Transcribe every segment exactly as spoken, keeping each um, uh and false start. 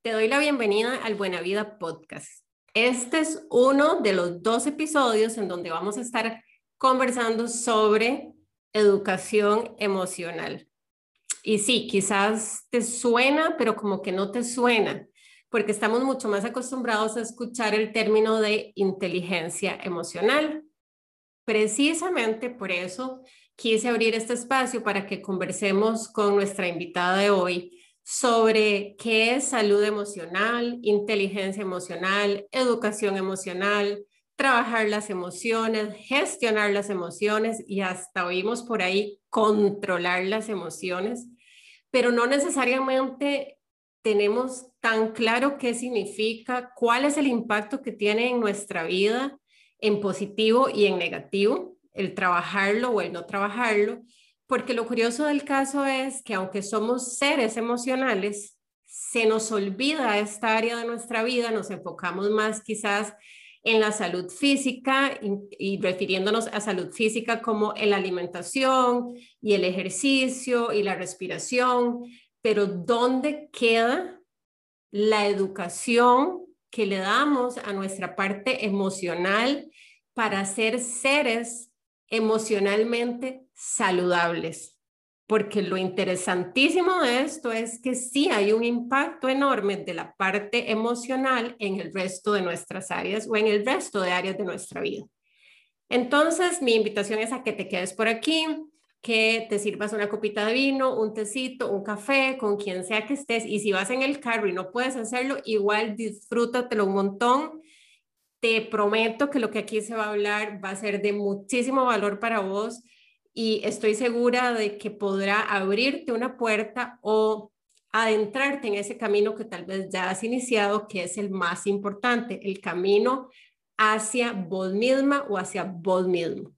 Te doy la bienvenida al Buena Vida Podcast. Este es uno de los dos episodios en donde vamos a estar conversando sobre educación emocional. Y sí, quizás te suena, pero como que no te suena, porque estamos mucho más acostumbrados a escuchar el término de inteligencia emocional. Precisamente por eso quise abrir este espacio para que conversemos con nuestra invitada de hoy sobre qué es salud emocional, inteligencia emocional, educación emocional, trabajar las emociones, gestionar las emociones y hasta oímos por ahí controlar las emociones, pero no necesariamente tenemos tan claro qué significa, cuál es el impacto que tiene en nuestra vida, en positivo y en negativo, el trabajarlo o el no trabajarlo. Porque lo curioso del caso es que aunque somos seres emocionales, se nos olvida esta área de nuestra vida, nos enfocamos más quizás en la salud física y, y refiriéndonos a salud física como en la alimentación y el ejercicio y la respiración, pero ¿dónde queda la educación que le damos a nuestra parte emocional para ser seres emocionalmente saludables? Porque lo interesantísimo de esto es que sí hay un impacto enorme de la parte emocional en el resto de nuestras áreas o en el resto de áreas de nuestra vida. Entonces, mi invitación es a que te quedes por aquí, que te sirvas una copita de vino, un tecito, un café, con quien sea que estés. Y si vas en el carro y no puedes hacerlo, igual disfrútatelo un montón. Te prometo que lo que aquí se va a hablar va a ser de muchísimo valor para vos y estoy segura de que podrá abrirte una puerta o adentrarte en ese camino que tal vez ya has iniciado, que es el más importante, el camino hacia vos misma o hacia vos mismo.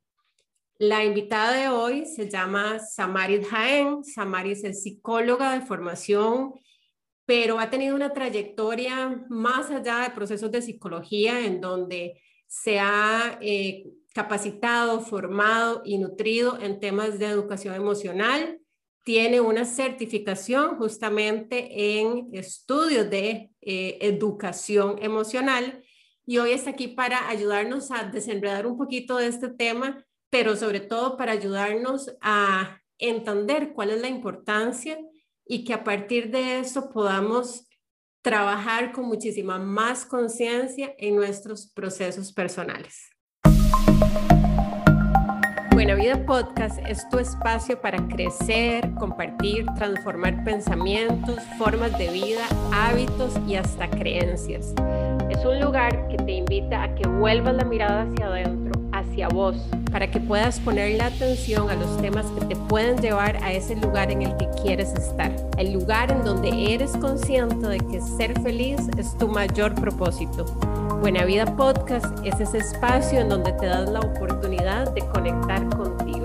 La invitada de hoy se llama Samaris Jaén. Samaris es psicóloga de formación, pero ha tenido una trayectoria más allá de procesos de psicología en donde se ha eh, capacitado, formado y nutrido en temas de educación emocional. Tiene una certificación justamente en estudios de eh, educación emocional y hoy está aquí para ayudarnos a desenredar un poquito de este tema, pero sobre todo para ayudarnos a entender cuál es la importancia y que a partir de eso podamos trabajar con muchísima más conciencia en nuestros procesos personales. Buena Vida Podcast es tu espacio para crecer, compartir, transformar pensamientos, formas de vida, hábitos y hasta creencias. Es un lugar que te invita a que vuelvas la mirada hacia adentro, hacia vos, para que puedas poner la atención a los temas que te pueden llevar a ese lugar en el que quieres estar, el lugar en donde eres consciente de que ser feliz es tu mayor propósito. Buena Vida Podcast es ese espacio en donde te das la oportunidad de conectar contigo.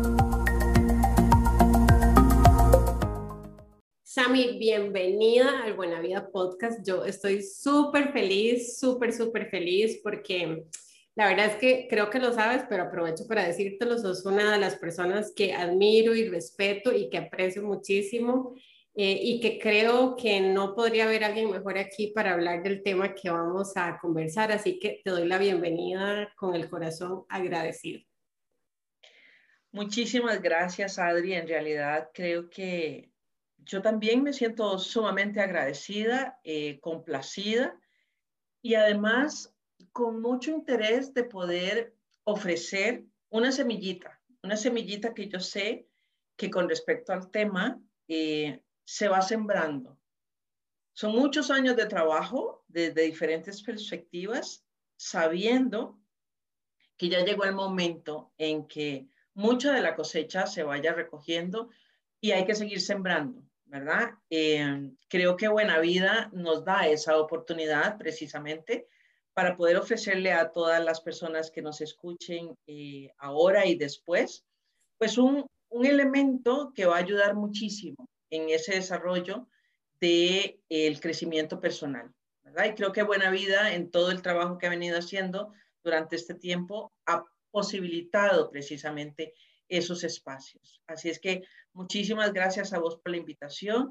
Sami, bienvenida al Buena Vida Podcast. Yo estoy súper feliz, súper, súper feliz porque la verdad es que creo que lo sabes, pero aprovecho para decírtelo. Sos una de las personas que admiro y respeto y que aprecio muchísimo. Eh, y que creo que no podría haber alguien mejor aquí para hablar del tema que vamos a conversar, así que te doy la bienvenida con el corazón agradecido. Muchísimas gracias, Adri. En realidad creo que yo también me siento sumamente agradecida, eh, complacida y además con mucho interés de poder ofrecer una semillita, una semillita que yo sé que con respecto al tema eh, se va sembrando. Son muchos años de trabajo desde diferentes perspectivas, sabiendo que ya llegó el momento en que mucha de la cosecha se vaya recogiendo y hay que seguir sembrando, ¿verdad? Eh, creo que Buena Vida nos da esa oportunidad precisamente para poder ofrecerle a todas las personas que nos escuchen eh, ahora y después, pues un, un elemento que va a ayudar muchísimo en ese desarrollo del de, crecimiento personal, ¿verdad? Y creo que Buena Vida, en todo el trabajo que ha venido haciendo durante este tiempo, ha posibilitado precisamente esos espacios. Así es que muchísimas gracias a vos por la invitación,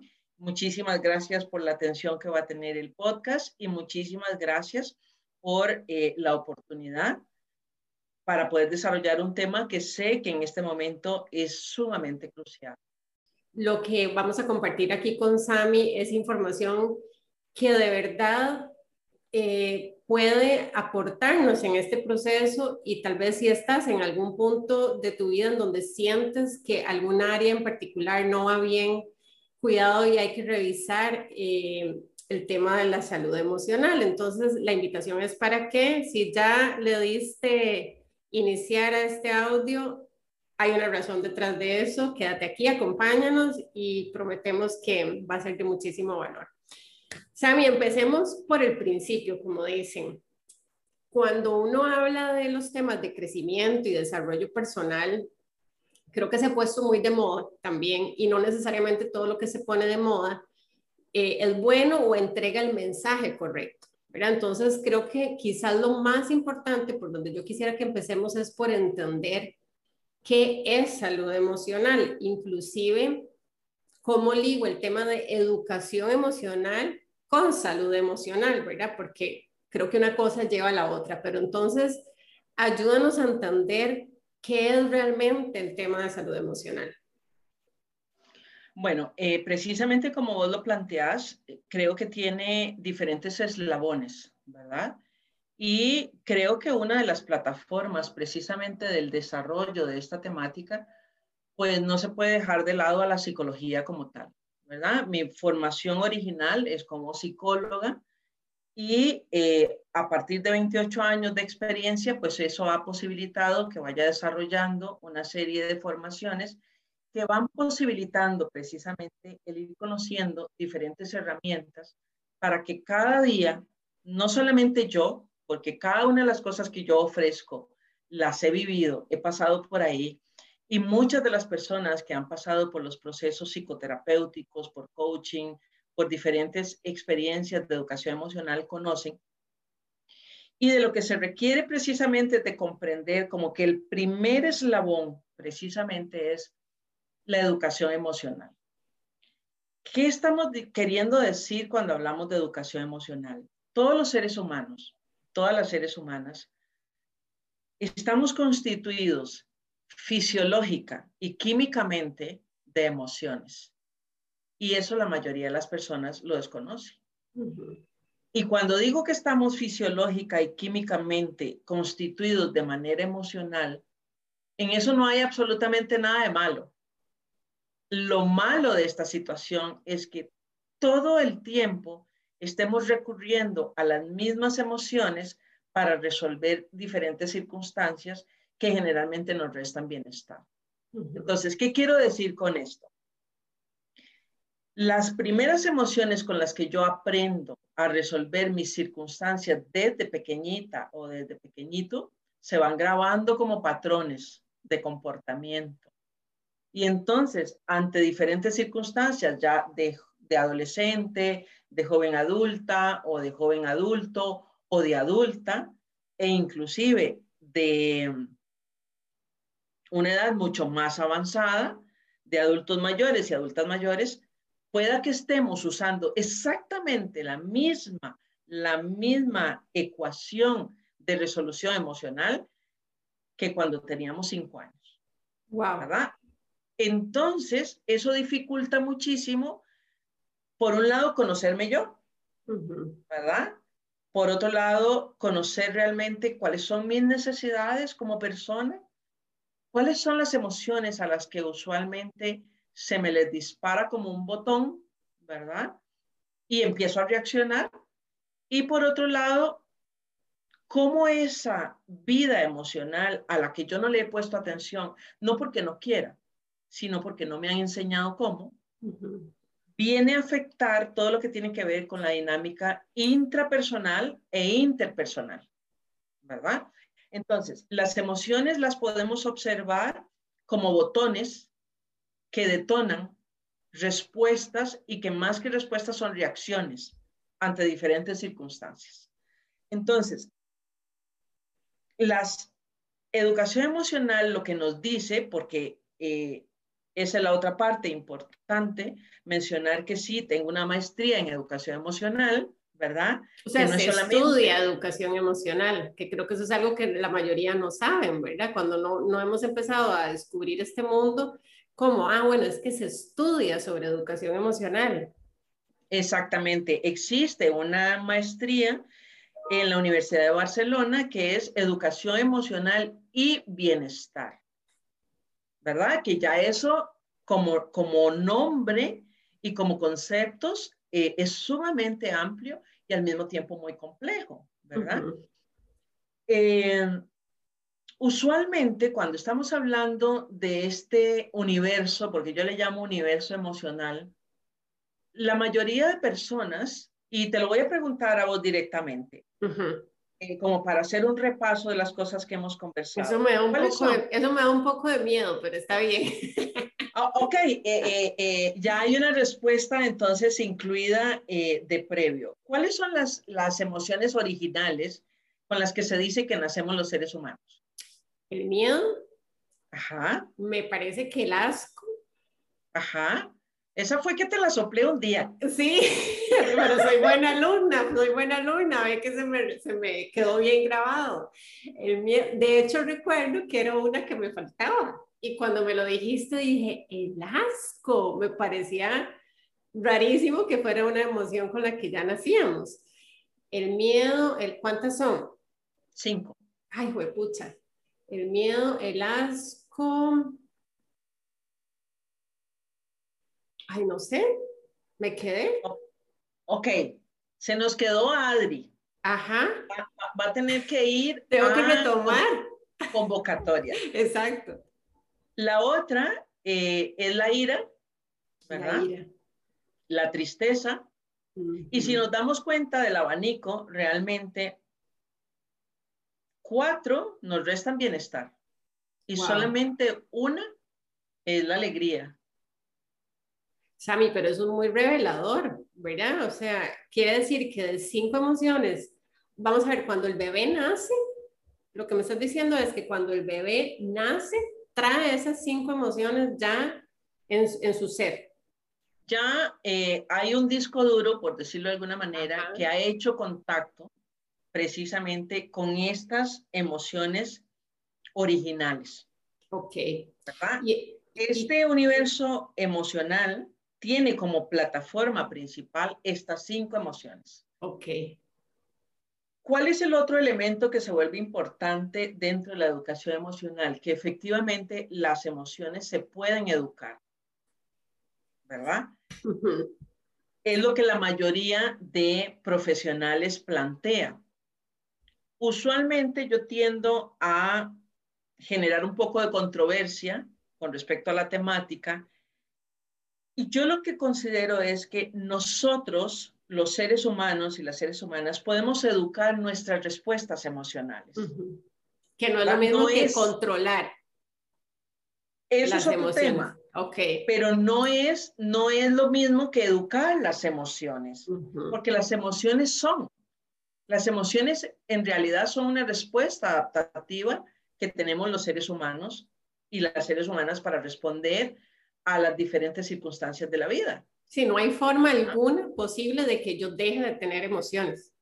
Muchísimas gracias por la atención que va a tener el podcast y muchísimas gracias por eh, la oportunidad para poder desarrollar un tema que sé que en este momento es sumamente crucial. Lo que vamos a compartir aquí con Sami es información que de verdad eh, puede aportarnos en este proceso, y tal vez si estás en algún punto de tu vida en donde sientes que algún área en particular no va bien, cuidado, y hay que revisar eh, el tema de la salud emocional. Entonces, la invitación es para que, si ya le diste iniciar a este audio, hay una razón detrás de eso. Quédate aquí, acompáñanos y prometemos que va a ser de muchísimo valor. Sami, empecemos por el principio, como dicen. Cuando uno habla de los temas de crecimiento y desarrollo personal, creo que se ha puesto muy de moda también, y no necesariamente todo lo que se pone de moda eh, es bueno o entrega el mensaje correcto, ¿verdad? Entonces, creo que quizás lo más importante, por donde yo quisiera que empecemos, es por entender qué es salud emocional, inclusive cómo ligo el tema de educación emocional con salud emocional, ¿verdad? Porque creo que una cosa lleva a la otra, pero entonces ayúdanos a entender qué es realmente el tema de salud emocional. Bueno, eh, precisamente como vos lo planteás, creo que tiene diferentes eslabones, ¿verdad? Y creo que una de las plataformas precisamente del desarrollo de esta temática, pues no se puede dejar de lado a la psicología como tal, ¿verdad? Mi formación original es como psicóloga y eh, a partir de veintiocho años de experiencia, pues eso ha posibilitado que vaya desarrollando una serie de formaciones que van posibilitando precisamente el ir conociendo diferentes herramientas para que cada día, no solamente yo, porque cada una de las cosas que yo ofrezco las he vivido, he pasado por ahí, y muchas de las personas que han pasado por los procesos psicoterapéuticos, por coaching, por diferentes experiencias de educación emocional conocen, y de lo que se requiere precisamente de comprender como que el primer eslabón precisamente es la educación emocional. ¿Qué estamos queriendo decir cuando hablamos de educación emocional? Todos los seres humanos, todas las seres humanas, estamos constituidos fisiológica y químicamente de emociones. Y eso la mayoría de las personas lo desconoce. Uh-huh. Y cuando digo que estamos fisiológica y químicamente constituidos de manera emocional, en eso no hay absolutamente nada de malo. Lo malo de esta situación es que todo el tiempo estemos recurriendo a las mismas emociones para resolver diferentes circunstancias que generalmente nos restan bienestar. Uh-huh. Entonces, ¿qué quiero decir con esto? Las primeras emociones con las que yo aprendo a resolver mis circunstancias desde pequeñita o desde pequeñito se van grabando como patrones de comportamiento. Y entonces, ante diferentes circunstancias ya de, de adolescente, de joven adulta o de joven adulto o de adulta, e inclusive de una edad mucho más avanzada, de adultos mayores y adultas mayores, pueda que estemos usando exactamente la misma, la misma ecuación de resolución emocional que cuando teníamos cinco años. Wow. ¿Verdad? Entonces, eso dificulta muchísimo, por un lado, conocerme yo, uh-huh. ¿verdad? Por otro lado, conocer realmente cuáles son mis necesidades como persona, cuáles son las emociones a las que usualmente se me les dispara como un botón, ¿verdad? Y empiezo a reaccionar. Y por otro lado, cómo esa vida emocional a la que yo no le he puesto atención, no porque no quiera, sino porque no me han enseñado cómo, uh-huh. viene a afectar todo lo que tiene que ver con la dinámica intrapersonal e interpersonal, ¿verdad? Entonces, las emociones las podemos observar como botones que detonan respuestas y que más que respuestas son reacciones ante diferentes circunstancias. Entonces, la educación emocional lo que nos dice, porque eh, esa es la otra parte importante, mencionar que sí, tengo una maestría en educación emocional, ¿verdad? O Que sea, no es se solamente... estudia educación emocional, que creo que eso es algo que la mayoría no saben, ¿verdad? Cuando no, no hemos empezado a descubrir este mundo, como, ah, bueno, es que se estudia sobre educación emocional. Exactamente, existe una maestría en la Universidad de Barcelona que es educación emocional y bienestar, ¿verdad? Que ya eso como, como nombre y como conceptos eh, es sumamente amplio y al mismo tiempo muy complejo, ¿verdad? Uh-huh. Eh, usualmente cuando estamos hablando de este universo, porque yo le llamo universo emocional, la mayoría de personas, y te lo voy a preguntar a vos directamente, Uh-huh. eh, como para hacer un repaso de las cosas que hemos Eso conversado. me da un ¿Cuáles poco son? de, eso me da un poco de miedo, pero está bien. Ah, ok, eh, eh, eh, ya hay una respuesta entonces incluida eh, de previo. ¿Cuáles son las, las emociones originales con las que se dice que nacemos los seres humanos? El miedo, Ajá, me parece que el asco, ajá. Esa fue que te la soplé un día. sí, pero soy buena alumna, soy buena alumna, ve que se me, se me quedó bien grabado. El miedo, de hecho, recuerdo que era una que me faltaba. Y cuando me lo dijiste, dije, el asco, me parecía rarísimo que fuera una emoción con la que ya nacíamos. El miedo, el, ¿cuántas son? Cinco. Ay, juepucha. El miedo, el asco. Ay, no sé, me quedé. O- ok, se nos quedó Adri. Ajá, Va, va- va a tener que ir tengo que a con- retomar. convocatoria. Exacto. La otra eh, es la ira, La ¿verdad? ira. La tristeza. Y si Ujú. nos damos cuenta del abanico, realmente cuatro nos restan bienestar y Wow. solamente una es la alegría. Sammy, pero eso es muy revelador, ¿verdad? O sea, quiere decir que de cinco emociones, vamos a ver, cuando el bebé nace, lo que me estás diciendo es que cuando el bebé nace, trae esas cinco emociones ya en, en su ser. Ya eh, hay un disco duro, por decirlo de alguna manera, Ajá. que ha hecho contacto precisamente con estas emociones originales, Ok. ¿verdad? Y, y, Este universo emocional tiene como plataforma principal estas cinco emociones. ok. ¿Cuál es el otro elemento que se vuelve importante dentro de la educación emocional? Que efectivamente las emociones se pueden educar, ¿verdad? Ujú. Es lo que la mayoría de profesionales plantea. Usualmente yo tiendo a generar un poco de controversia con respecto a la temática. Y yo lo que considero es que nosotros, los seres humanos y las seres humanas, podemos educar nuestras respuestas emocionales, Ujú. Que no es lo ¿verdad? No mismo que es, controlar eso es las otro emociones. tema, Ok. pero no es, no es lo mismo que educar las emociones, Ujú. porque las emociones son, las emociones en realidad son una respuesta adaptativa que tenemos los seres humanos y las seres humanas para responder a las diferentes circunstancias de la vida. Sí, no hay forma alguna posible de que yo deje de tener emociones.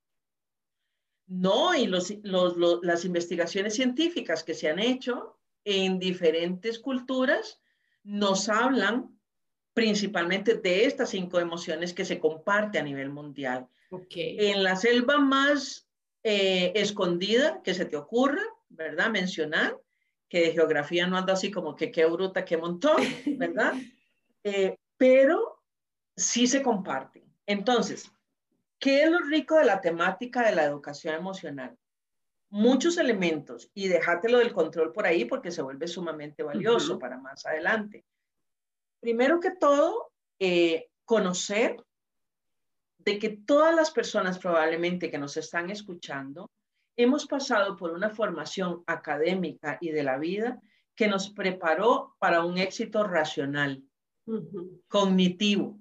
No, y los, los, los, las investigaciones científicas que se han hecho en diferentes culturas nos hablan principalmente de estas cinco emociones que se comparte a nivel mundial. Ok. En la selva más eh, escondida que se te ocurra, ¿verdad? Mencionar, que de geografía no anda así como que qué bruta, qué montón, ¿verdad? Eh, pero sí se comparten. Entonces, ¿qué es lo rico de la temática de la educación emocional? Muchos elementos y déjatelo del control por ahí porque se vuelve sumamente valioso Ujú. para más adelante. Primero que todo, eh, conocer de que todas las personas probablemente que nos están escuchando hemos pasado por una formación académica y de la vida que nos preparó para un éxito racional, Ujú. cognitivo,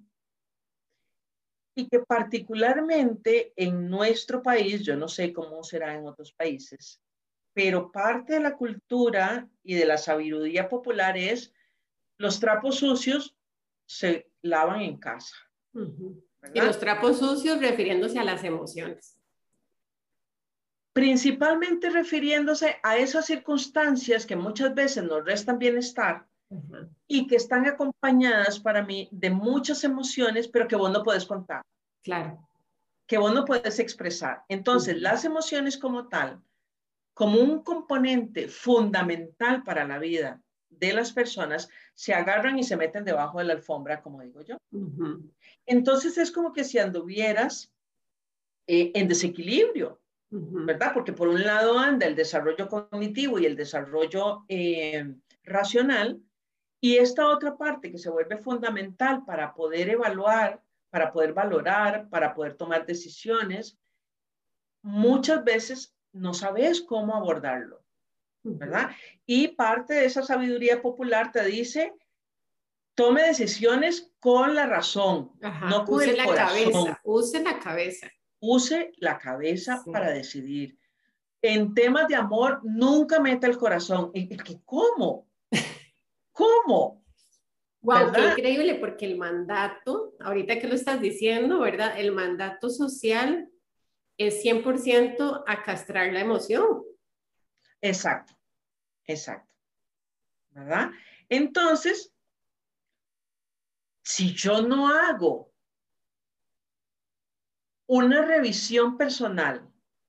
y que particularmente en nuestro país, yo no sé cómo será en otros países, pero parte de la cultura y de la sabiduría popular es los trapos sucios se lavan en casa. Uh-huh. Y los trapos sucios refiriéndose a las emociones. Principalmente refiriéndose a esas circunstancias que muchas veces nos restan bienestar uh-huh. y que están acompañadas para mí de muchas emociones, pero que vos no puedes contar. Claro. Que vos no puedes expresar. Entonces, uh-huh. las emociones como tal, como un componente fundamental para la vida de las personas, se agarran y se meten debajo de la alfombra, como digo yo. Uh-huh. Entonces, es como que si anduvieras eh, en desequilibrio. Uh-huh. ¿Verdad? Porque por un lado anda el desarrollo cognitivo y el desarrollo eh, racional, y esta otra parte que se vuelve fundamental para poder evaluar, para poder valorar, para poder tomar decisiones, muchas veces no sabes cómo abordarlo, ¿verdad? Uh-huh. Y parte de esa sabiduría popular te dice, tome decisiones con la razón, Ajá, no con use el la corazón. Cabeza, use la cabeza. Use la cabeza sí. para decidir. En temas de amor, nunca meta el corazón. ¿Y qué? ¿Cómo? ¿Cómo? Wow, ¿verdad? Qué increíble, porque el mandato, ahorita que lo estás diciendo, ¿verdad? El mandato social es cien por ciento a castrar la emoción. Exacto, exacto. ¿Verdad? Entonces, si yo no hago una revisión personal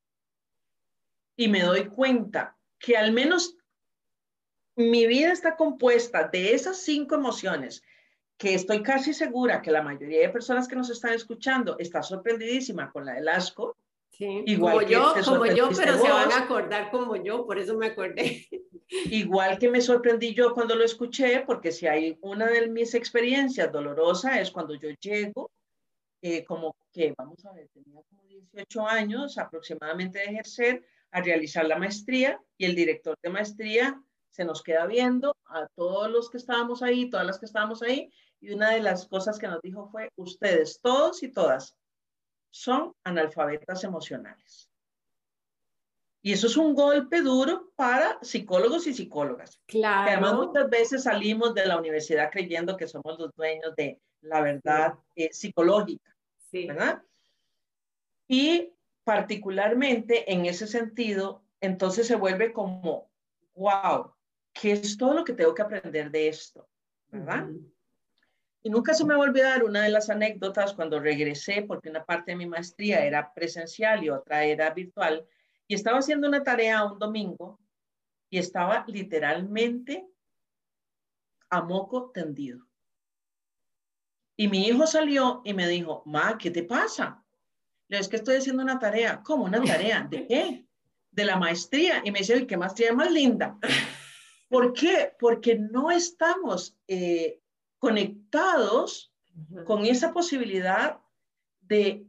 y me doy cuenta que al menos mi vida está compuesta de esas cinco emociones, que estoy casi segura que la mayoría de personas que nos están escuchando está sorprendidísima con la del asco. Sí, igual como que yo, te como yo, pero vos, se van a acordar como yo, por eso me acordé. Igual que me sorprendí yo cuando lo escuché, porque si hay una de mis experiencias dolorosas es cuando yo llego, eh, como que, vamos a ver, tenía como dieciocho años aproximadamente de ejercer, a realizar la maestría, y el director de maestría se nos queda viendo a todos los que estábamos ahí, todas las que estábamos ahí, y una de las cosas que nos dijo fue, ustedes, todos y todas, son analfabetas emocionales. Y eso es un golpe duro para psicólogos y psicólogas. Claro. Que además muchas veces salimos de la universidad creyendo que somos los dueños de la verdad sí. eh, psicológica, sí. ¿verdad? Y particularmente en ese sentido, entonces se vuelve como, wow, ¿qué es todo lo que tengo que aprender de esto? ¿Verdad? Uh-huh. Y nunca se me va a olvidar una de las anécdotas cuando regresé, porque una parte de mi maestría era presencial y otra era virtual, y estaba haciendo una tarea un domingo y estaba literalmente a moco tendido. Y mi hijo salió y me dijo, ma, ¿qué te pasa? Le dije, es que estoy haciendo una tarea. ¿Cómo una tarea? ¿De qué? De la maestría. Y me dice, ¿qué maestría más linda? ¿Por qué? Porque no estamos eh, conectados uh-huh. con esa posibilidad de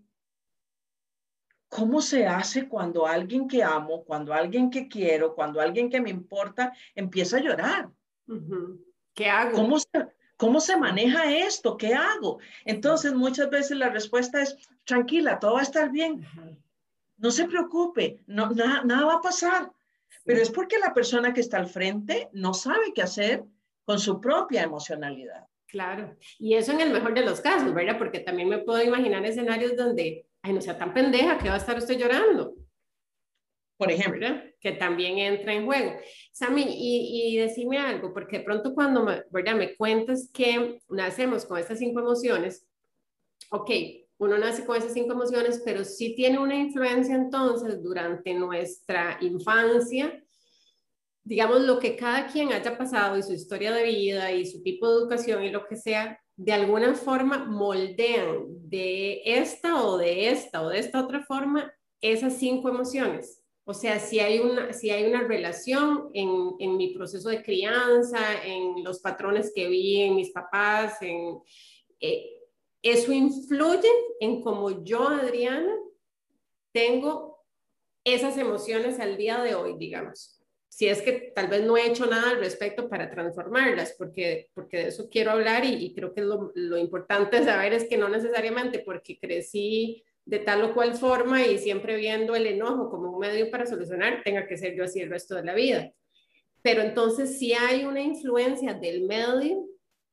cómo se hace cuando alguien que amo, cuando alguien que quiero, cuando alguien que me importa, empieza a llorar. Uh-huh. ¿Qué hago? ¿Cómo se, ¿Cómo se maneja esto? ¿Qué hago? Entonces, muchas veces la respuesta es, tranquila, todo va a estar bien. Uh-huh. No se preocupe, no, na, nada va a pasar. Sí. Pero es porque la persona que está al frente no sabe qué hacer con su propia emocionalidad. Claro, y eso en el mejor de los casos, ¿verdad? Porque también me puedo imaginar escenarios donde, ay, no sea tan pendeja, que va a estar usted llorando. Por ejemplo. ¿Verdad? Que también entra en juego. Sammy, y, y decime algo, porque de pronto cuando me, ¿verdad? me cuentas que nacemos con estas cinco emociones, ok, uno nace con esas cinco emociones, pero sí tiene una influencia entonces durante nuestra infancia, digamos, lo que cada quien haya pasado y su historia de vida y su tipo de educación y lo que sea, de alguna forma moldean de esta o de esta o de esta otra forma esas cinco emociones. O sea, si hay una, si hay una relación en, en mi proceso de crianza, en los patrones que vi en mis papás, en, eh, eso influye en cómo yo, Adriana, tengo esas emociones al día de hoy, digamos. Si es que tal vez no he hecho nada al respecto para transformarlas, porque, porque de eso quiero hablar y, y creo que lo, lo importante saber es que no necesariamente porque crecí de tal o cual forma y siempre viendo el enojo como un medio para solucionar, tenga que ser yo así el resto de la vida. Pero entonces sí hay una influencia del medio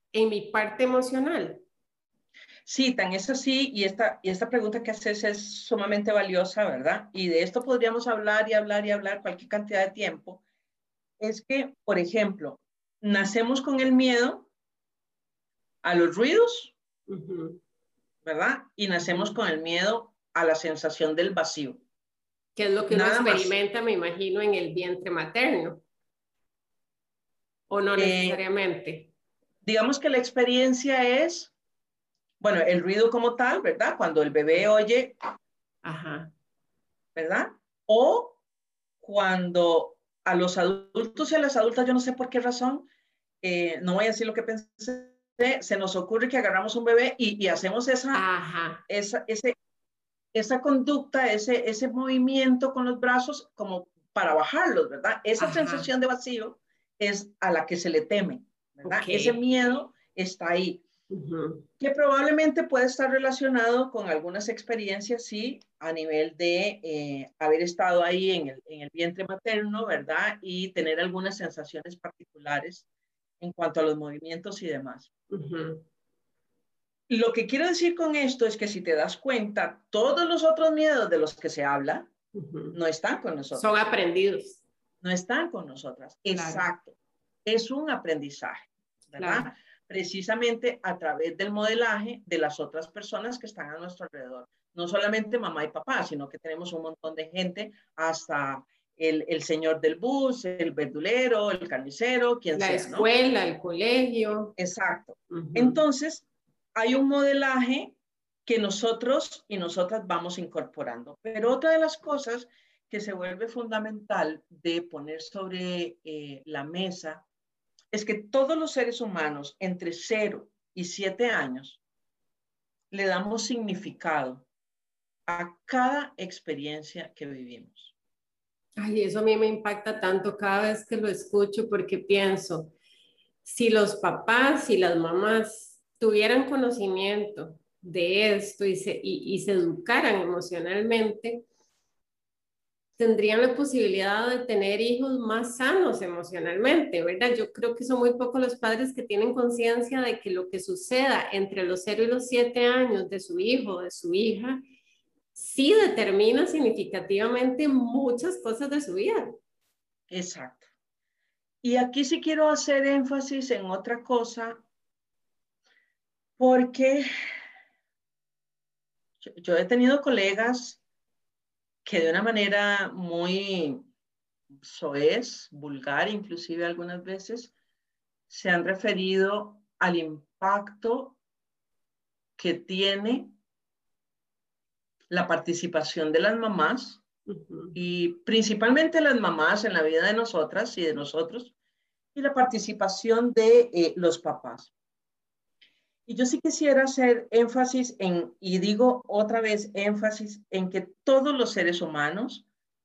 en mi parte emocional. Sí, tan es así, y esta, y esta pregunta que haces es sumamente valiosa, ¿verdad? Y de esto podríamos hablar y hablar y hablar cualquier cantidad de tiempo. Es que, por ejemplo, nacemos con el miedo a los ruidos, Uh-huh. ¿verdad? Y nacemos Uh-huh. con el miedo a la sensación del vacío. Que es lo que uno Nada más. experimenta, me imagino, en el vientre materno, o no Eh, necesariamente. digamos que la experiencia es, bueno, el ruido como tal, ¿verdad? Cuando el bebé oye, Ajá. ¿verdad? O cuando a los adultos y a las adultas, yo no sé por qué razón, eh, no voy a decir lo que pensé, se nos ocurre que agarramos un bebé y, y hacemos esa, Ajá. esa, ese, esa conducta, ese, ese movimiento con los brazos como para bajarlos, ¿verdad? Esa Ajá. sensación de vacío es a la que se le teme, ¿verdad? Ok. Ese miedo está ahí. Uh-huh. Que probablemente puede estar relacionado con algunas experiencias, sí, a nivel de eh, haber estado ahí en el, en el vientre materno, ¿verdad? Y tener algunas sensaciones particulares en cuanto a los movimientos y demás. Uh-huh. Lo que quiero decir con esto es que si te das cuenta, todos los otros miedos de los que se habla Uh-huh. no están con Son nosotros, aprendidos. no están con nosotras. Claro, Exacto. Es un aprendizaje, claro. ¿verdad? Precisamente a través del modelaje de las otras personas que están a nuestro alrededor. No solamente mamá y papá, sino que tenemos un montón de gente, hasta el, el señor del bus, el verdulero, el carnicero, quien La sea, ¿no? escuela, el colegio. Exacto. Uh-huh. Entonces, hay un modelaje que nosotros y nosotras vamos incorporando. Pero otra de las cosas que se vuelve fundamental de poner sobre eh, la mesa es que todos los seres humanos entre cero y siete años le damos significado a cada experiencia que vivimos. Ay, eso a mí me impacta tanto cada vez que lo escucho porque pienso, si los papás y las mamás tuvieran conocimiento de esto y se, y, y se educaran emocionalmente, tendrían la posibilidad de tener hijos más sanos emocionalmente, ¿verdad? Yo creo que son muy pocos los padres que tienen conciencia de que lo que suceda entre los cero y los siete años de su hijo o de su hija sí determina significativamente muchas cosas de su vida. Exacto. Y aquí sí quiero hacer énfasis en otra cosa, porque yo, yo he tenido colegas que de una manera muy soez, vulgar, inclusive algunas veces, se han referido al impacto que tiene la participación de las mamás Uh-huh. y principalmente las mamás en la vida de nosotras y de nosotros y la participación de eh, los papás. Y yo sí quisiera hacer énfasis en, y digo otra vez énfasis en que todos los seres humanos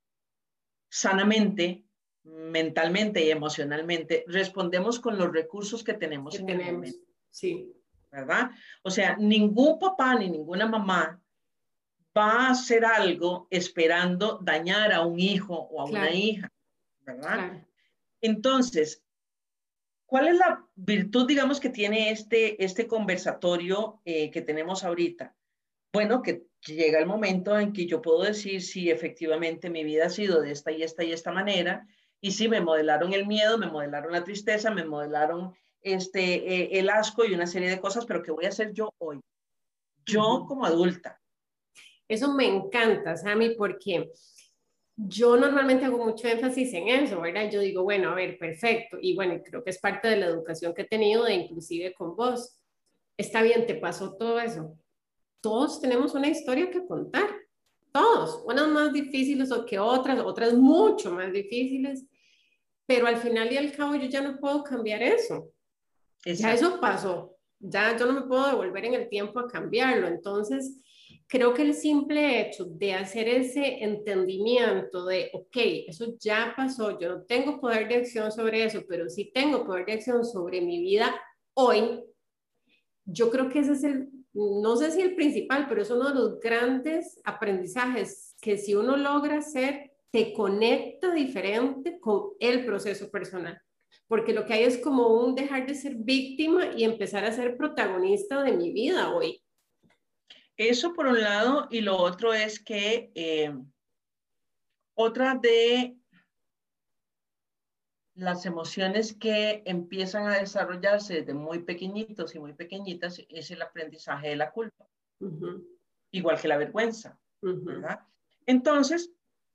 sanamente, mentalmente y emocionalmente, respondemos con los recursos que Que tenemos en el tenemos, momento, sí. ¿verdad? O sea, ningún papá ni ninguna mamá va a hacer algo esperando dañar a un hijo o a una Claro, hija, ¿verdad? claro. Entonces, ¿cuál es la virtud, digamos, que tiene este, este conversatorio eh, que tenemos ahorita? Bueno, que llega el momento en que yo puedo decir si efectivamente mi vida ha sido de esta y esta y esta manera, y si me modelaron el miedo, me modelaron la tristeza, me modelaron este, eh, el asco y una serie de cosas, pero ¿qué voy a hacer yo hoy? Yo Uh-huh. como adulta. Eso me encanta, Sammy, porque yo normalmente hago mucho énfasis en eso, ¿verdad? Yo digo, bueno, a ver, perfecto. Y bueno, creo que es parte de la educación que he tenido, de inclusive con vos. Está bien, te pasó todo eso. Todos tenemos una historia que contar. Todos. Unas más difíciles que otras, otras mucho más difíciles. Pero al final y al cabo yo ya no puedo cambiar eso. Ya Exacto. eso pasó. Ya yo no me puedo devolver en el tiempo a cambiarlo. Entonces, creo que el simple hecho de hacer ese entendimiento de, ok, eso ya pasó, yo no tengo poder de acción sobre eso, pero sí tengo poder de acción sobre mi vida hoy, yo creo que ese es el, no sé si el principal, pero es uno de los grandes aprendizajes que si uno logra hacer, te conecta diferente con el proceso personal. porque lo que hay es como un dejar de ser víctima y empezar a ser protagonista de mi vida hoy. Eso por un lado, y lo otro es que eh, otra de las emociones que empiezan a desarrollarse desde muy pequeñitos y muy pequeñitas es el aprendizaje de la culpa, Uh-huh. igual que la vergüenza, Uh-huh. ¿verdad? Entonces,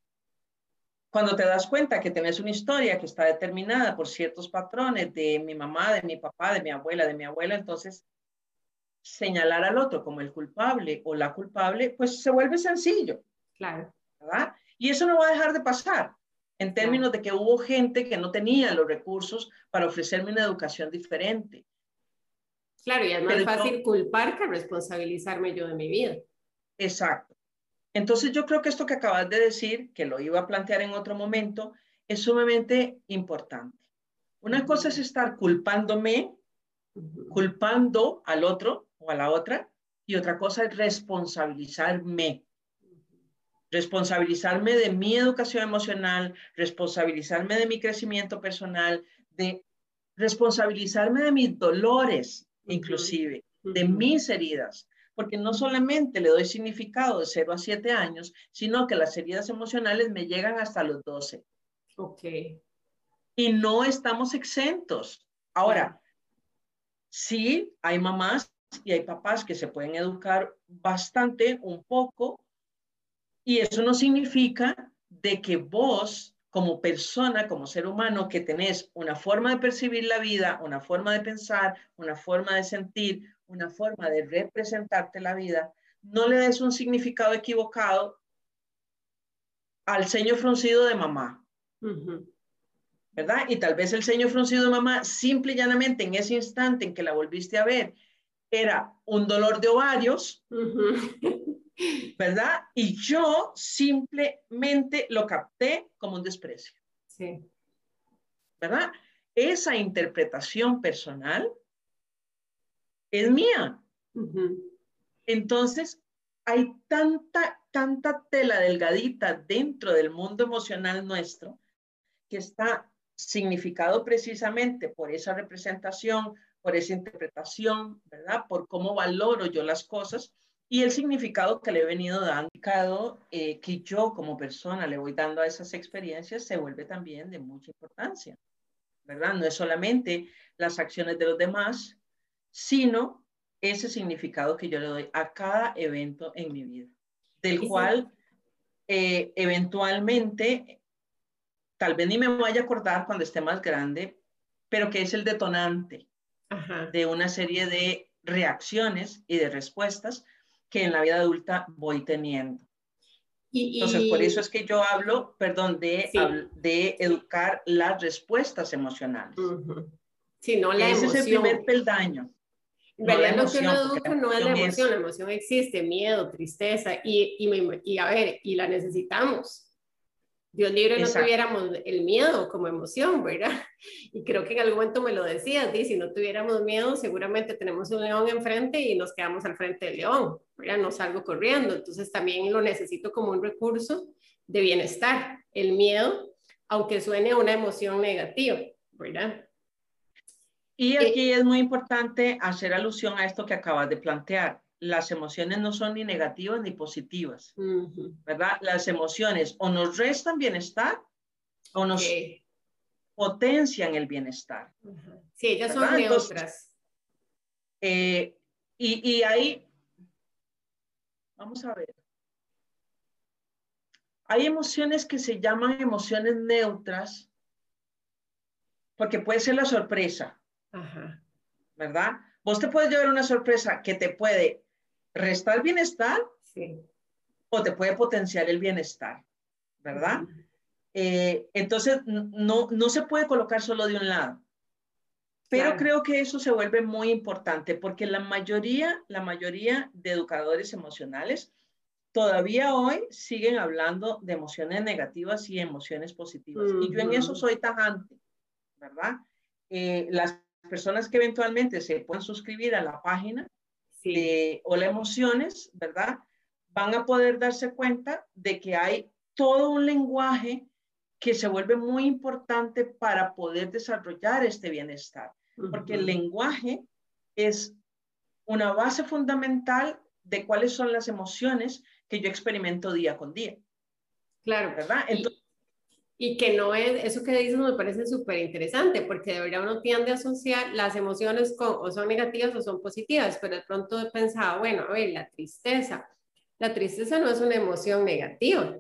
cuando te das cuenta que tenés una historia que está determinada por ciertos patrones de mi mamá, de mi papá, de mi abuela, de mi abuela, entonces señalar al otro como el culpable o la culpable, pues se vuelve sencillo, Claro. ¿verdad? Y eso no va a dejar de pasar en términos Claro. de que hubo gente que no tenía los recursos para ofrecerme una educación diferente. Claro, y es más Pero fácil yo, culpar que responsabilizarme yo de mi vida. exacto. Entonces yo creo que esto que acabas de decir, que lo iba a plantear en otro momento, es sumamente importante. Una cosa es estar culpándome, Uh-huh. culpando al otro o a la otra, y otra cosa es responsabilizarme. Responsabilizarme de mi educación emocional, responsabilizarme de mi crecimiento personal, de responsabilizarme de mis dolores, Uh-huh. inclusive, de Uh-huh. mis heridas, porque no solamente le doy significado de cero a siete años, sino que las heridas emocionales me llegan hasta los doce. Ok. Y no estamos exentos. Claro. Ahora, sí, hay mamás y hay papás que se pueden educar bastante, un poco, y eso no significa de que vos, como persona, como ser humano, que tenés una forma de percibir la vida, una forma de pensar, una forma de sentir, una forma de representarte la vida, no le des un significado equivocado al ceño fruncido de mamá, Uh-huh. ¿verdad? Y tal vez el ceño fruncido de mamá, simple y llanamente en ese instante en que la volviste a ver, era un dolor de ovarios, Uh-huh. ¿verdad? Y yo simplemente lo capté como un desprecio, Sí. ¿verdad? Esa interpretación personal es mía. Uh-huh. Entonces, hay tanta, tanta tela delgadita dentro del mundo emocional nuestro que está significado precisamente por esa representación, por esa interpretación, ¿verdad? Por cómo valoro yo las cosas y el significado que le he venido dando, eh, que yo como persona le voy dando a esas experiencias, se vuelve también de mucha importancia, ¿verdad? No es solamente las acciones de los demás, sino ese significado que yo le doy a cada evento en mi vida, del Y sí. cual eh, eventualmente tal vez ni me vaya a acordar cuando esté más grande, pero que es el detonante Ajá. de una serie de reacciones y de respuestas que en la vida adulta voy teniendo. Entonces, por eso Y, es que yo hablo, perdón, y de, sí. de educar las respuestas emocionales. Uh-huh. Sí, no la Ese es el primer emoción. peldaño, En no la realidad lo que uno emoción, porque la educa no es la emoción emoción, es, la emoción existe, miedo, tristeza, y, y, me- y a ver, y la necesitamos. Dios libre no exacto, tuviéramos el miedo como emoción, ¿verdad? Y creo que en algún momento me lo decías, Di, si no tuviéramos miedo, seguramente tenemos un león enfrente y nos quedamos al frente del león, ¿verdad? No salgo corriendo, entonces también lo necesito como un recurso de bienestar, el miedo, aunque suene a una emoción negativa, ¿verdad? y aquí Eh, es muy importante hacer alusión a esto que acabas de plantear. Las emociones no son ni negativas ni positivas, uh-huh. ¿verdad? Las emociones o nos restan bienestar o Ok. nos potencian el bienestar, Uh-huh. Sí, ellas son ¿verdad? Entonces, neutras. eh, y, y ahí, vamos a ver, hay emociones que se llaman emociones neutras porque puede ser la sorpresa, Ajá. ¿verdad? Vos te puedes llevar una sorpresa que te puede restar bienestar Sí. o te puede potenciar el bienestar, ¿verdad? Uh-huh. Eh, entonces, no, no se puede colocar solo de un lado. Pero Claro. creo que eso se vuelve muy importante porque la mayoría, la mayoría de educadores emocionales todavía hoy siguen hablando de emociones negativas y emociones positivas. Y yo en eso Uh-huh. soy tajante, ¿verdad? Eh, las personas que eventualmente se puedan suscribir a la página Sí. de Hola Emociones, ¿verdad? Van a poder darse cuenta de que hay todo un lenguaje que se vuelve muy importante para poder desarrollar este bienestar, porque el lenguaje es una base fundamental de cuáles son las emociones que yo experimento día con día. Claro. ¿Verdad? Entonces, y, y que no es, eso que dices me parece súper interesante, porque de verdad uno tiende a asociar las emociones con o son negativas o son positivas, pero de pronto he pensado, bueno, a ver, la tristeza. La tristeza no es una emoción negativa.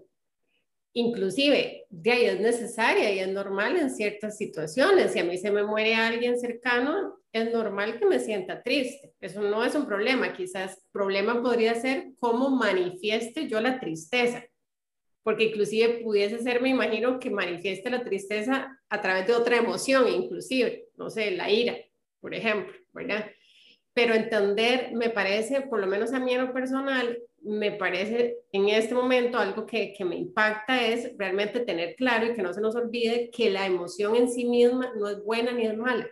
Inclusive, de ahí es necesaria y es normal en ciertas situaciones. Si a mí se me muere alguien cercano, es normal que me sienta triste. Eso no es un problema. Quizás problema podría ser cómo manifieste yo la tristeza. Porque inclusive pudiese ser, me imagino, que manifieste la tristeza a través de otra emoción, inclusive, no sé, la ira, por ejemplo, ¿verdad? Pero entender, me parece, por lo menos a mí en lo personal, me parece en este momento algo que, que me impacta es realmente tener claro y que no se nos olvide que la emoción en sí misma no es buena ni es mala.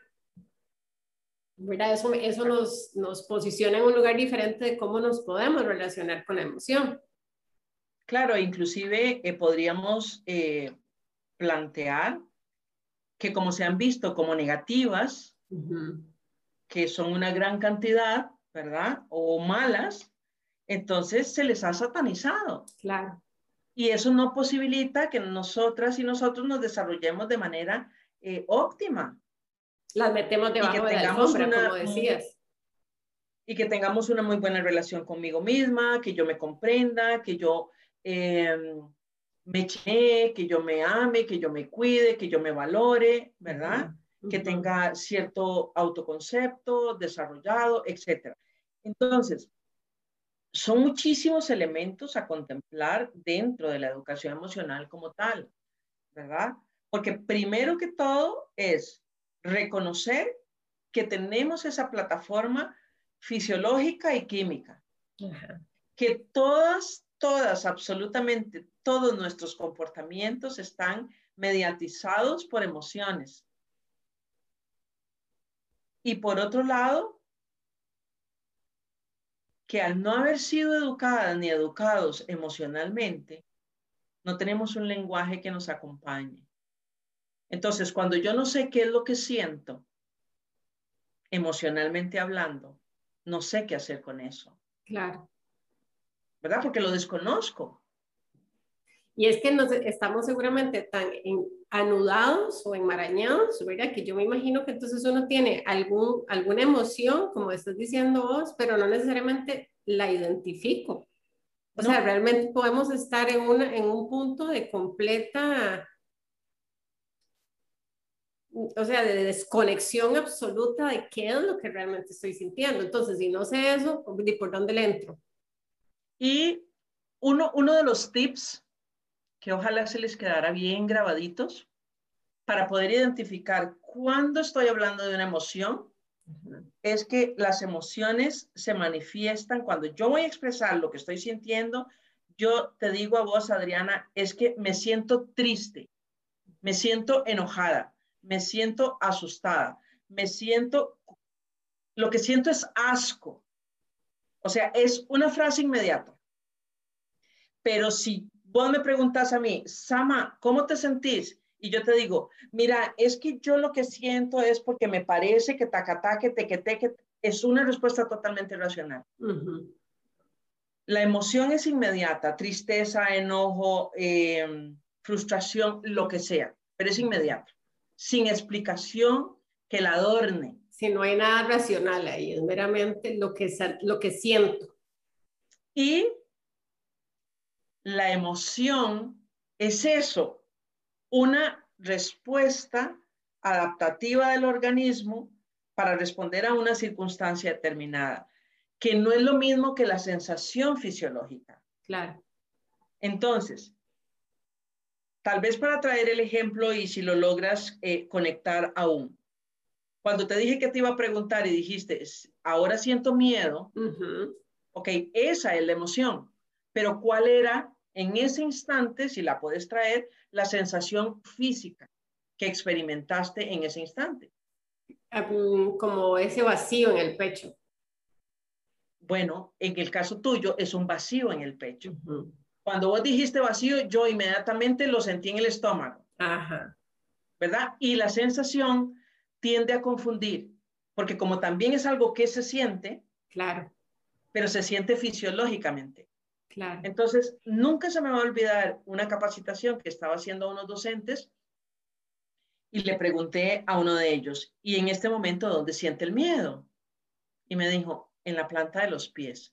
¿Verdad? Eso, eso nos, nos posiciona en un lugar diferente de cómo nos podemos relacionar con la emoción. Claro, inclusive eh, podríamos eh, plantear que como se han visto como negativas, uh-huh. que son una gran cantidad, ¿verdad? O malas, entonces se les ha satanizado. Claro. Y eso no posibilita que nosotras y nosotros nos desarrollemos de manera eh, óptima. Las metemos debajo de la alfombra, una, como decías. Muy, y que tengamos una muy buena relación conmigo misma, que yo me comprenda, que yo eh, me cheque, que yo me ame, que yo me cuide, que yo me valore, ¿verdad? Uh-huh. Que tenga cierto autoconcepto desarrollado, etcétera. Entonces, son muchísimos elementos a contemplar dentro de la educación emocional como tal, ¿verdad? Porque primero que todo es reconocer que tenemos esa plataforma fisiológica y química, uh-huh. que todas, todas, absolutamente todos nuestros comportamientos están mediatizados por emociones. Y por otro lado, que al no haber sido educadas ni educados emocionalmente, no tenemos un lenguaje que nos acompañe. Entonces, cuando yo no sé qué es lo que siento, emocionalmente hablando, no sé qué hacer con eso. Claro. ¿Verdad? Porque lo desconozco. Y es que nos estamos seguramente tan en, anudados o enmarañados, ¿verdad? Que yo me imagino que entonces uno tiene algún, alguna emoción, como estás diciendo vos, pero no necesariamente la identifico. O no. sea, realmente podemos estar en, una, en un punto de completa, o sea, de desconexión absoluta de qué es lo que realmente estoy sintiendo. Entonces, si no sé eso, ¿por dónde le entro? Y uno, uno de los tips que ojalá se les quedara bien grabaditos para poder identificar cuándo estoy hablando de una emoción, uh-huh. es que las emociones se manifiestan cuando yo voy a expresar lo que estoy sintiendo. Yo te digo a vos, Adriana, es que me siento triste, me siento enojada, me siento asustada, me siento, lo que siento es asco. O sea, es una frase inmediata. Pero si vos me preguntas a mí, Sama, ¿cómo te sentís? Y yo te digo, mira, es que yo lo que siento es porque me parece que tacatá, que tequete, que es una respuesta totalmente racional. Uh-huh. La emoción es inmediata, tristeza, enojo, eh, frustración, lo que sea, pero es inmediato, sin explicación que la adorne. Si no hay nada racional ahí, es meramente lo que, lo que siento. Y la emoción es eso, una respuesta adaptativa del organismo para responder a una circunstancia determinada, que no es lo mismo que la sensación fisiológica. Claro. Entonces, tal vez para traer el ejemplo y si lo logras eh, conectar aún. Cuando te dije que te iba a preguntar y dijiste, ahora siento miedo, uh-huh. ok, esa es la emoción, pero ¿cuál era en ese instante, si la puedes traer, la sensación física que experimentaste en ese instante? Um, como ese vacío en el pecho. Bueno, en el caso tuyo es un vacío en el pecho. Uh-huh. Cuando vos dijiste vacío, yo inmediatamente lo sentí en el estómago. Ajá. ¿verdad? Y la sensación tiende a confundir, porque como también es algo que se siente, Claro, pero se siente fisiológicamente. claro. Entonces, nunca se me va a olvidar una capacitación que estaba haciendo a unos docentes y le pregunté a uno de ellos, ¿y en este momento dónde siente el miedo? Y me dijo, en la planta de los pies.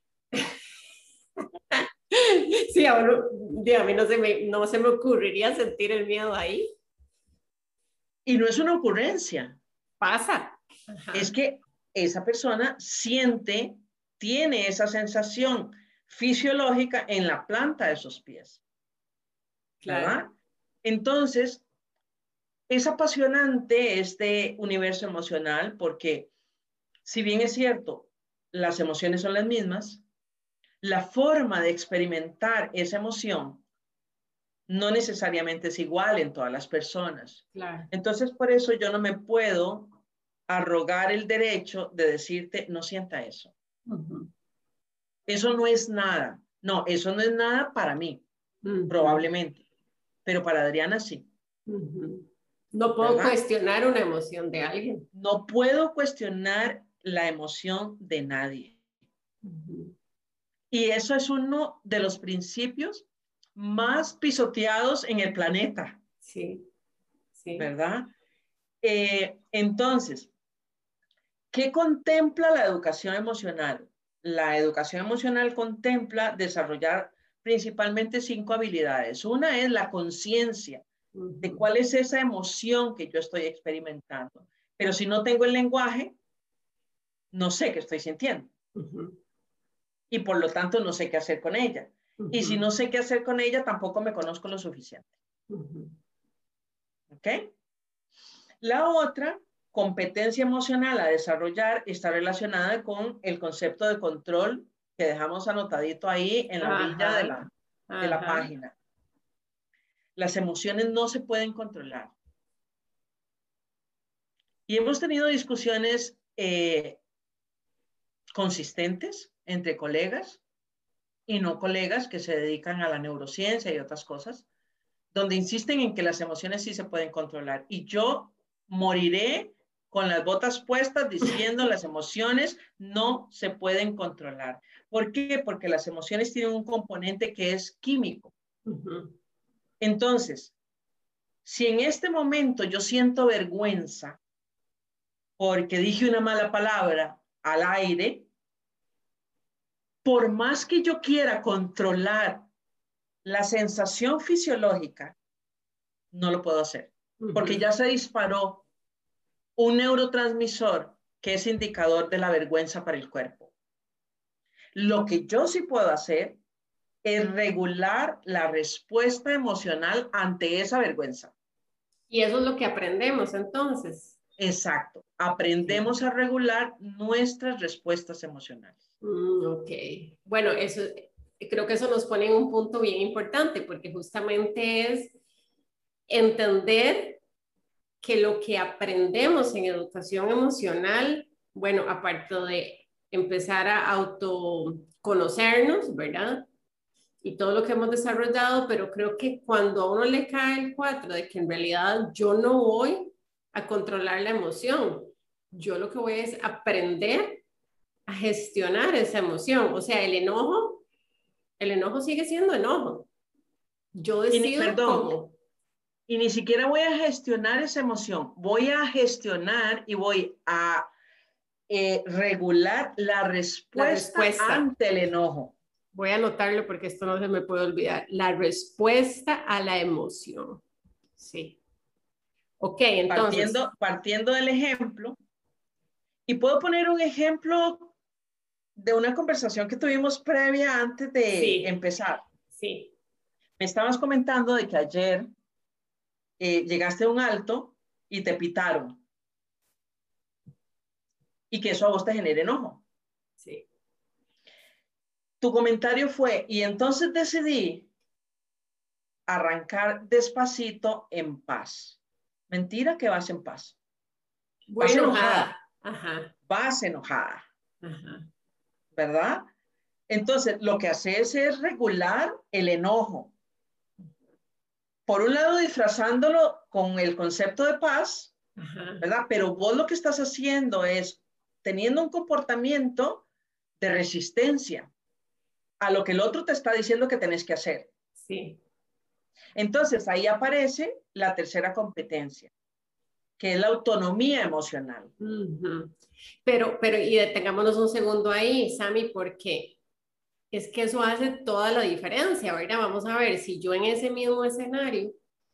Sí, a, uno, digo, a mí no se, me, no se me ocurriría sentir el miedo ahí. Y no es una ocurrencia, Pasa. es Ajá. que esa persona siente, tiene esa sensación fisiológica en la planta de sus pies, Claro. ¿verdad? Entonces, es apasionante este universo emocional porque si bien es cierto, las emociones son las mismas, la forma de experimentar esa emoción no necesariamente es igual en todas las personas. Claro. Entonces, por eso yo no me puedo arrogar el derecho de decirte, no sienta eso. Uh-huh. Eso no es nada. No, eso no es nada para mí, Uh-huh. probablemente, pero para Adriana sí, Uh-huh. No puedo ¿verdad? cuestionar una emoción de alguien. No puedo cuestionar la emoción de nadie. Uh-huh. Y eso es uno de los principios más pisoteados en el planeta, Sí, sí. ¿verdad? Eh, entonces, ¿qué contempla la educación emocional? La educación emocional contempla desarrollar principalmente cinco habilidades. Una es la conciencia de Uh-huh. cuál es esa emoción que yo estoy experimentando. Pero si no tengo el lenguaje, no sé qué estoy sintiendo Uh-huh. y por lo tanto no sé qué hacer con ella. Y si Uh-huh. no sé qué hacer con ella, tampoco me conozco lo suficiente. Uh-huh. ¿Ok? La otra competencia emocional a desarrollar está relacionada con el concepto de control que dejamos anotadito ahí en la orilla de Ajá, la, de la ajá. página. Las emociones no se pueden controlar. Y hemos tenido discusiones eh, consistentes entre colegas y no colegas que se dedican a la neurociencia y otras cosas, donde insisten en que las emociones sí se pueden controlar. Y yo moriré con las botas puestas diciendo las emociones no se pueden controlar. ¿Por qué? Porque las emociones tienen un componente que es químico. Uh-huh. Entonces, si en este momento yo siento vergüenza porque dije una mala palabra al aire, por más que yo quiera controlar la sensación fisiológica, no lo puedo hacer, porque Uh-huh. ya se disparó un neurotransmisor que es indicador de la vergüenza para el cuerpo. Lo que yo sí puedo hacer es regular la respuesta emocional ante esa vergüenza. Y eso es lo que aprendemos entonces. Exacto. Okay. Aprendemos a regular nuestras respuestas emocionales. Mm, ok. Bueno, eso, creo que eso nos pone en un punto bien importante porque justamente es entender que lo que aprendemos en educación emocional, bueno, aparte de empezar a autoconocernos, ¿verdad? Y todo lo que hemos desarrollado, pero creo que cuando a uno le cae el cuatro de que en realidad yo no voy a controlar la emoción, yo lo que voy es aprender a gestionar esa emoción. O sea, el enojo, el enojo sigue siendo enojo. Yo Y ni, decido perdón, cómo. y ni siquiera voy a gestionar esa emoción, voy a gestionar y voy a eh, regular la La respuesta respuesta. ante el enojo. Voy a anotarlo porque esto no se me puede olvidar. La respuesta a la emoción. Sí. Ok, entonces. Partiendo, partiendo del ejemplo, y puedo poner un ejemplo de una conversación que tuvimos previa antes de Sí, empezar. sí. Me estabas comentando de que ayer eh, llegaste a un alto y te pitaron y que eso a vos te genera enojo. Sí. Tu comentario fue, y entonces decidí arrancar despacito en paz. Mentira que vas en paz. Voy Vas enojada, enojada. Ajá, vas enojada, ajá. ¿verdad? Entonces, lo que haces es regular el enojo. por un lado disfrazándolo con el concepto de paz, Ajá. ¿verdad? Pero vos lo que estás haciendo es teniendo un comportamiento de resistencia a lo que el otro te está diciendo que tenés que hacer. Sí. Entonces ahí aparece la tercera competencia, que es la autonomía emocional. Uh-huh. Pero, pero, y detengámonos un segundo ahí, Sammy, porque es que eso hace toda la diferencia, ¿verdad? Vamos a ver, si yo en ese mismo escenario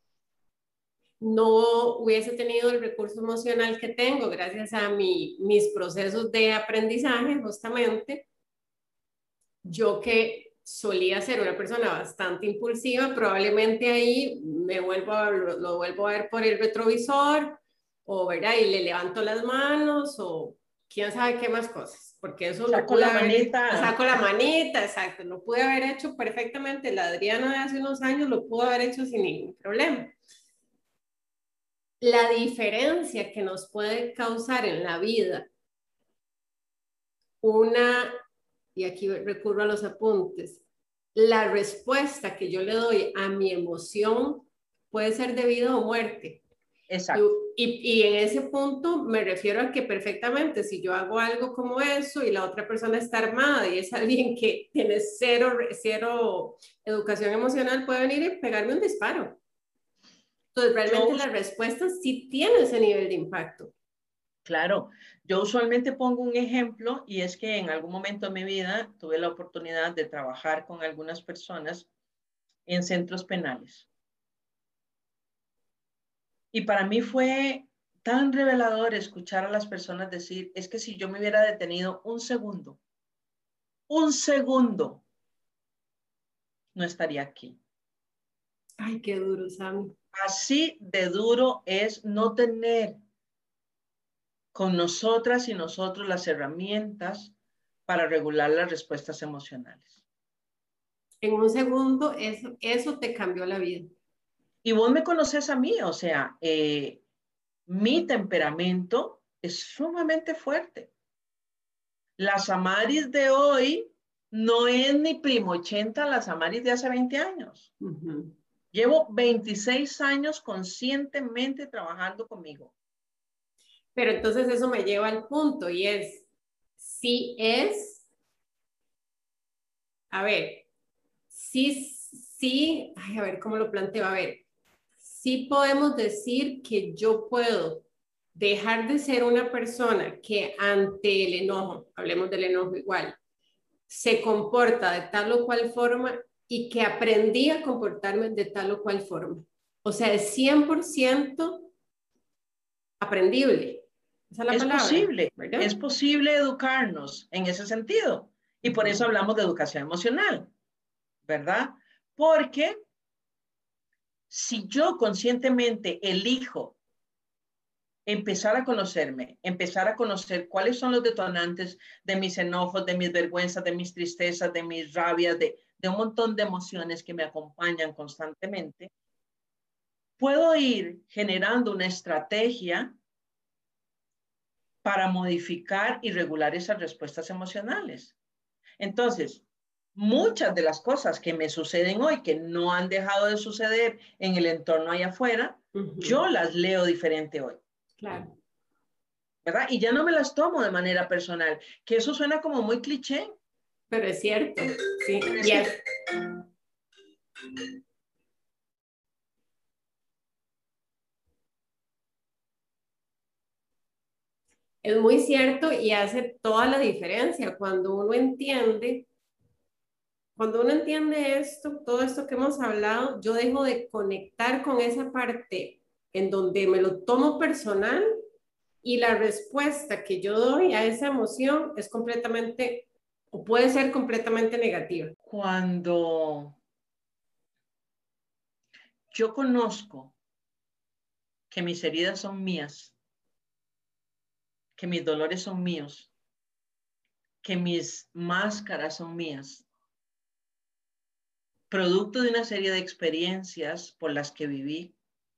no hubiese tenido el recurso emocional que tengo gracias a mi, mis procesos de aprendizaje, justamente, yo que solía ser una persona bastante impulsiva, probablemente ahí me vuelvo a, lo, lo vuelvo a ver por el retrovisor, o ¿verdad? Y le levanto las manos, o quién sabe qué más cosas, porque eso lo Saco pude la haber, manita. saco la manita, exacto, lo pude haber hecho perfectamente, la Adriana de hace unos años lo pudo haber hecho sin ningún problema. La diferencia que nos puede causar en la vida una, y aquí recurro a los apuntes, la respuesta que yo le doy a mi emoción puede ser de vida o muerte. Exacto. Y, y, y en ese punto me refiero a que perfectamente si yo hago algo como eso y la otra persona está armada y es alguien que tiene cero, cero educación emocional, puede venir y pegarme un disparo. Entonces, realmente Yo, la respuesta sí tiene ese nivel de impacto. claro, yo usualmente pongo un ejemplo y es que en algún momento de mi vida tuve la oportunidad de trabajar con algunas personas en centros penales. Y para mí fue tan revelador escuchar a las personas decir, es que si yo me hubiera detenido un segundo, un segundo, no estaría aquí. Ay, qué duro, Sammy. Así de duro es no tener con nosotras y nosotros las herramientas para regular las respuestas emocionales. En un segundo, eso, eso te cambió la vida. Y vos me conoces a mí, o sea, eh, mi temperamento es sumamente fuerte. Las Amaris de hoy no es ni primo ochenta las Amaris de hace veinte años. Uh-huh. Llevo veintiséis años conscientemente trabajando conmigo. Pero entonces eso me lleva al punto y es, si es, a ver, sí, sí, ay, a ver cómo lo planteo, a ver, sí podemos decir que yo puedo dejar de ser una persona que ante el enojo, hablemos del enojo igual, se comporta de tal o cual forma y que aprendí a comportarme de tal o cual forma. O sea, es cien por ciento aprendible. Esa es la Es palabra, posible, ¿verdad? es posible educarnos en ese sentido. Y por eso hablamos de educación emocional, ¿verdad? Porque si yo conscientemente elijo empezar a conocerme, empezar a conocer cuáles son los detonantes de mis enojos, de mis vergüenzas, de mis tristezas, de mis rabias, de, de un montón de emociones que me acompañan constantemente, puedo ir generando una estrategia para modificar y regular esas respuestas emocionales. Entonces, muchas de las cosas que me suceden hoy, que no han dejado de suceder en el entorno allá afuera, Uh-huh. yo las leo diferente hoy. Claro. ¿Verdad? Y ya no me las tomo de manera personal, que eso suena como muy cliché. Pero es cierto, sí. Pero es Y que, es, es muy cierto y hace toda la diferencia cuando uno entiende, cuando uno entiende esto, todo esto que hemos hablado, yo dejo de conectar con esa parte en donde me lo tomo personal y la respuesta que yo doy a esa emoción es completamente, o puede ser completamente negativa. cuando yo conozco que mis heridas son mías, que mis dolores son míos, que mis máscaras son mías, producto de una serie de experiencias por las que viví,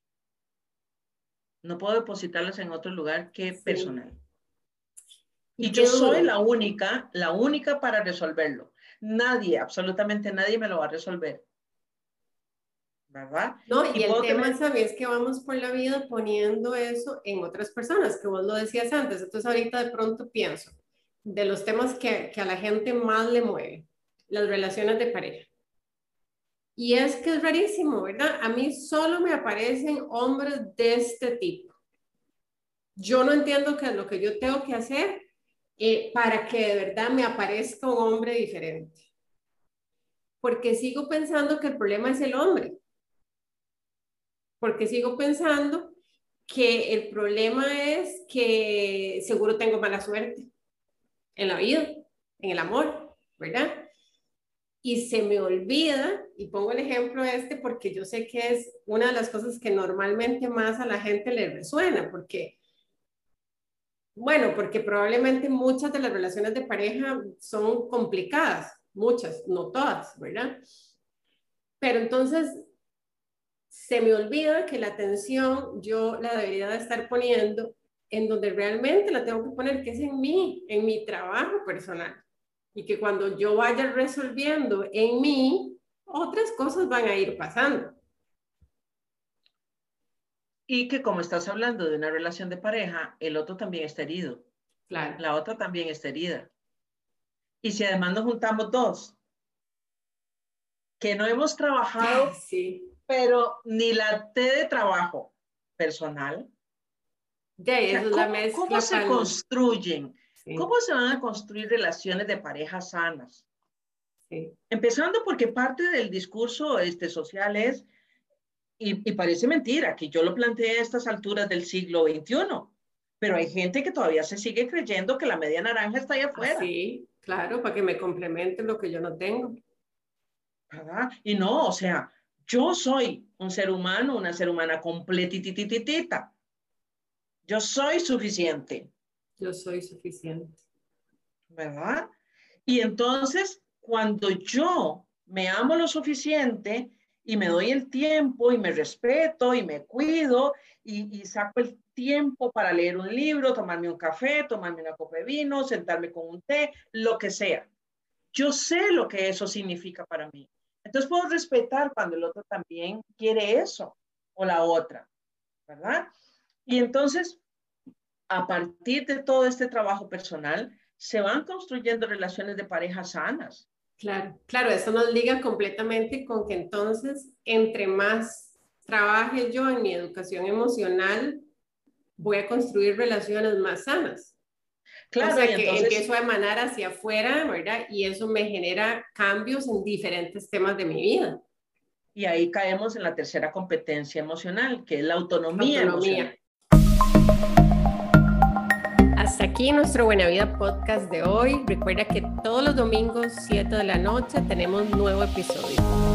no puedo depositarlas en otro lugar que Sí. personal. Y Y yo qué soy duro. la única, la única para resolverlo. Nadie, absolutamente nadie me lo va a resolver. ¿verdad? No, y, y el tema, tener... ¿sabes? Es que vamos por la vida poniendo eso en otras personas, que vos lo decías antes. Entonces ahorita de pronto pienso de los temas que, que a la gente más le mueve, las relaciones de pareja. Y es que es rarísimo, ¿verdad? A mí solo me aparecen hombres de este tipo. Yo no entiendo qué es lo que yo tengo que hacer eh, para que de verdad me aparezca un hombre diferente. Porque sigo pensando que el problema es el hombre. Porque sigo pensando que el problema es que seguro tengo mala suerte en la vida, en el amor, ¿verdad? Y se me olvida, y pongo el ejemplo este porque yo sé que es una de las cosas que normalmente más a la gente le resuena, porque, bueno, porque probablemente muchas de las relaciones de pareja son complicadas, muchas, no todas, ¿verdad? Pero entonces se me olvida que la atención yo la debería de estar poniendo en donde realmente la tengo que poner, que es en mí, en mi trabajo personal. Y que cuando yo vaya resolviendo en mí, otras cosas van a ir pasando. Y que como estás hablando de una relación de pareja, el otro también está herido. Claro. La otra también está herida. Y si además nos juntamos dos, que no hemos trabajado, Ay, sí. pero ni la T de trabajo personal. Ya, eso o sea, es ¿cómo, la mezcla ¿Cómo se para... construyen? Sí. ¿Cómo se van a construir relaciones de pareja sanas? Sí. Empezando porque parte del discurso este, social es, y, y parece mentira, que yo lo planteé a estas alturas del siglo veintiuno, pero hay gente que todavía se sigue creyendo que la media naranja está allá afuera. Ah, sí, claro, para que me complemente lo que yo no tengo. ¿Verdad? Y no, o sea, yo soy un ser humano, una ser humana completitititita. Yo soy suficiente. Yo soy suficiente. ¿Verdad? Y entonces, cuando yo me amo lo suficiente y me doy el tiempo y me respeto y me cuido y, y saco el tiempo para leer un libro, tomarme un café, tomarme una copa de vino, sentarme con un té, lo que sea. Yo sé lo que eso significa para mí. Entonces puedo respetar cuando el otro también quiere eso o la otra, ¿verdad? Y entonces, a partir de todo este trabajo personal, se van construyendo relaciones de pareja sanas. Claro, claro, eso nos liga completamente con que entonces, entre más trabaje yo en mi educación emocional, voy a construir relaciones más sanas. Claro, o sea, y que entonces, empiezo a emanar hacia afuera, ¿verdad? Y eso me genera cambios en diferentes temas de mi vida. Y ahí caemos en la tercera competencia emocional, que es la autonomía, autonomía. emocional. Hasta aquí nuestro Buena Vida Podcast de hoy. Recuerda que todos los domingos, siete de la noche, tenemos nuevo episodio.